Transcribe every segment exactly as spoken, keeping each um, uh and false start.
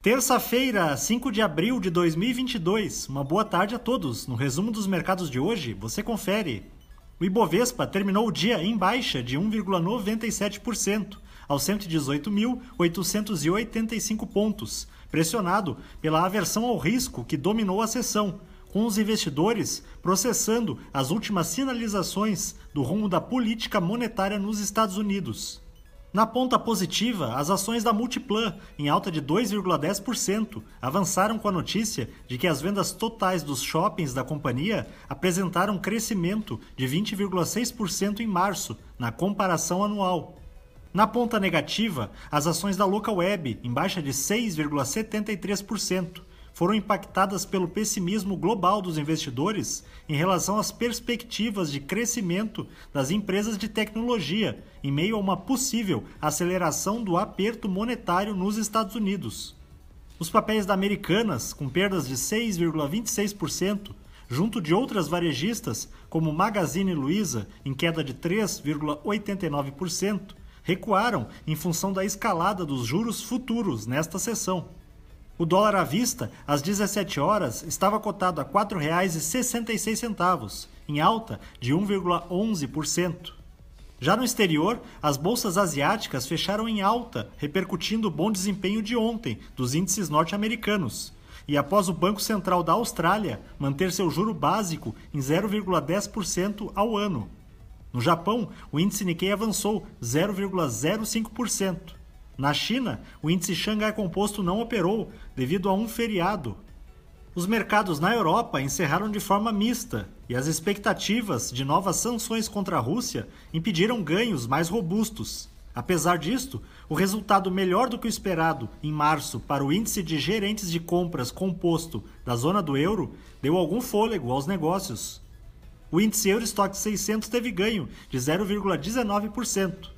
Terça-feira, cinco de abril de dois mil e vinte e dois. Uma boa tarde a todos. No resumo dos mercados de hoje, você confere. O Ibovespa terminou o dia em baixa de um vírgula noventa e sete por cento, aos cento e dezoito mil, oitocentos e oitenta e cinco pontos, pressionado pela aversão ao risco que dominou a sessão, com os investidores processando as últimas sinalizações do rumo da política monetária nos Estados Unidos. Na ponta positiva, as ações da Multiplan, em alta de dois vírgula dez por cento, avançaram com a notícia de que as vendas totais dos shoppings da companhia apresentaram crescimento de vinte vírgula seis por cento em março, na comparação anual. Na ponta negativa, as ações da Localweb, em baixa de seis vírgula setenta e três por cento, foram impactadas pelo pessimismo global dos investidores em relação às perspectivas de crescimento das empresas de tecnologia, em meio a uma possível aceleração do aperto monetário nos Estados Unidos. Os papéis da Americanas, com perdas de seis vírgula vinte e seis por cento, junto de outras varejistas, como Magazine Luiza, em queda de três vírgula oitenta e nove por cento, recuaram em função da escalada dos juros futuros nesta sessão. O dólar à vista, às dezessete horas, estava cotado a quatro reais e sessenta e seis centavos, em alta de um vírgula onze por cento. Já no exterior, as bolsas asiáticas fecharam em alta, repercutindo o bom desempenho de ontem dos índices norte-americanos. E após o Banco Central da Austrália manter seu juro básico em zero vírgula dez por cento ao ano. No Japão, o índice Nikkei avançou zero vírgula zero cinco por cento. Na China, o índice Xangai Composto não operou devido a um feriado. Os mercados na Europa encerraram de forma mista e as expectativas de novas sanções contra a Rússia impediram ganhos mais robustos. Apesar disto, o resultado melhor do que o esperado em março para o índice de gerentes de compras composto da zona do euro deu algum fôlego aos negócios. O índice Eurostoxx seiscentos teve ganho de zero vírgula dezenove por cento.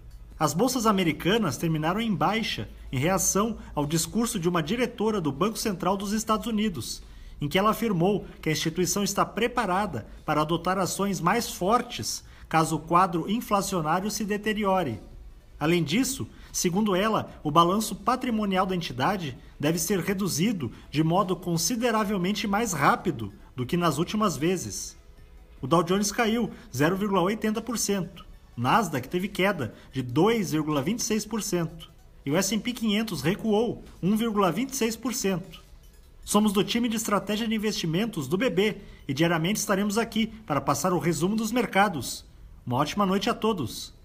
As bolsas americanas terminaram em baixa em reação ao discurso de uma diretora do Banco Central dos Estados Unidos, em que ela afirmou que a instituição está preparada para adotar ações mais fortes caso o quadro inflacionário se deteriore. Além disso, segundo ela, o balanço patrimonial da entidade deve ser reduzido de modo consideravelmente mais rápido do que nas últimas vezes. O Dow Jones caiu zero vírgula oitenta por cento. O Nasdaq teve queda de dois vírgula vinte e seis por cento e o S e P quinhentos recuou um vírgula vinte e seis por cento. Somos do time de estratégia de investimentos do B B e diariamente estaremos aqui para passar o resumo dos mercados. Uma ótima noite a todos!